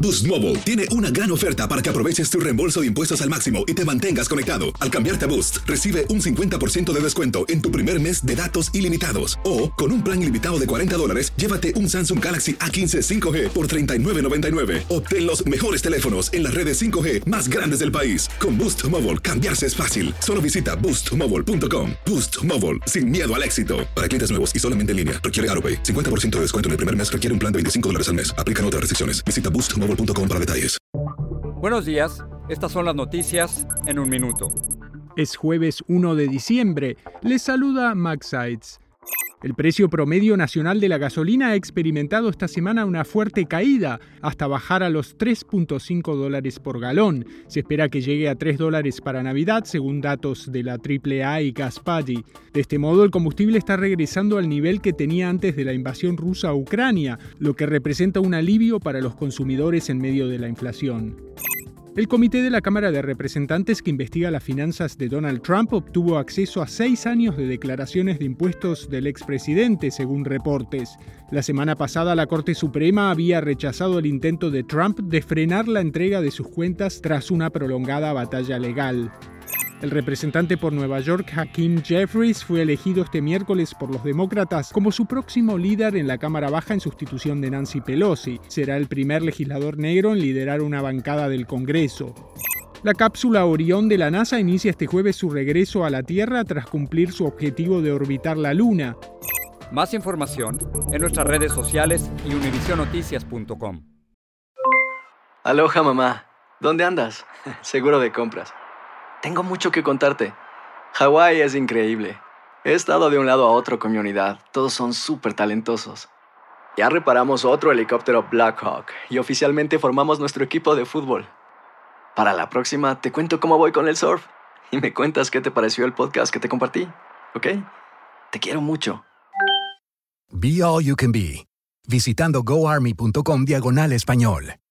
Boost Mobile tiene una gran oferta para que aproveches tu reembolso de impuestos al máximo y te mantengas conectado. Al cambiarte a Boost, recibe un 50% de descuento en tu primer mes de datos ilimitados. O, con un plan ilimitado de $40, llévate un Samsung Galaxy A15 5G por $39.99. Obtén los mejores teléfonos en las redes 5G más grandes del país. Con Boost Mobile, cambiarse es fácil. Solo visita boostmobile.com. Boost Mobile, sin miedo al éxito. Para clientes nuevos y solamente en línea, requiere AroPay. 50% de descuento en el primer mes requiere un plan de $25 al mes. Aplican otras restricciones. Visita boostmobile.com para detalles. Buenos días, estas son las noticias en un minuto. Es jueves 1 de diciembre. Les saluda Max Seitz. El precio promedio nacional de la gasolina ha experimentado esta semana una fuerte caída, hasta bajar a los $3.5 por galón. Se espera que llegue a $3 para Navidad, según datos de la AAA y Gaspachi. De este modo, el combustible está regresando al nivel que tenía antes de la invasión rusa a Ucrania, lo que representa un alivio para los consumidores en medio de la inflación. El comité de la Cámara de Representantes que investiga las finanzas de Donald Trump obtuvo acceso a 6 años de declaraciones de impuestos del expresidente, según reportes. La semana pasada, la Corte Suprema había rechazado el intento de Trump de frenar la entrega de sus cuentas tras una prolongada batalla legal. El representante por Nueva York, Hakeem Jeffries, fue elegido este miércoles por los demócratas como su próximo líder en la Cámara Baja en sustitución de Nancy Pelosi. Será el primer legislador negro en liderar una bancada del Congreso. La cápsula Orión de la NASA inicia este jueves su regreso a la Tierra tras cumplir su objetivo de orbitar la Luna. Más información en nuestras redes sociales y univisionoticias.com. Aloha, mamá. ¿Dónde andas? Seguro de compras. Tengo mucho que contarte. Hawái es increíble. He estado de un lado a otro con mi unidad. Todos son súper talentosos. Ya reparamos otro helicóptero Blackhawk y oficialmente formamos nuestro equipo de fútbol. Para la próxima te cuento cómo voy con el surf y me cuentas qué te pareció el podcast que te compartí, ¿ok? Te quiero mucho. Be All You Can Be. Visitando goarmy.com/español.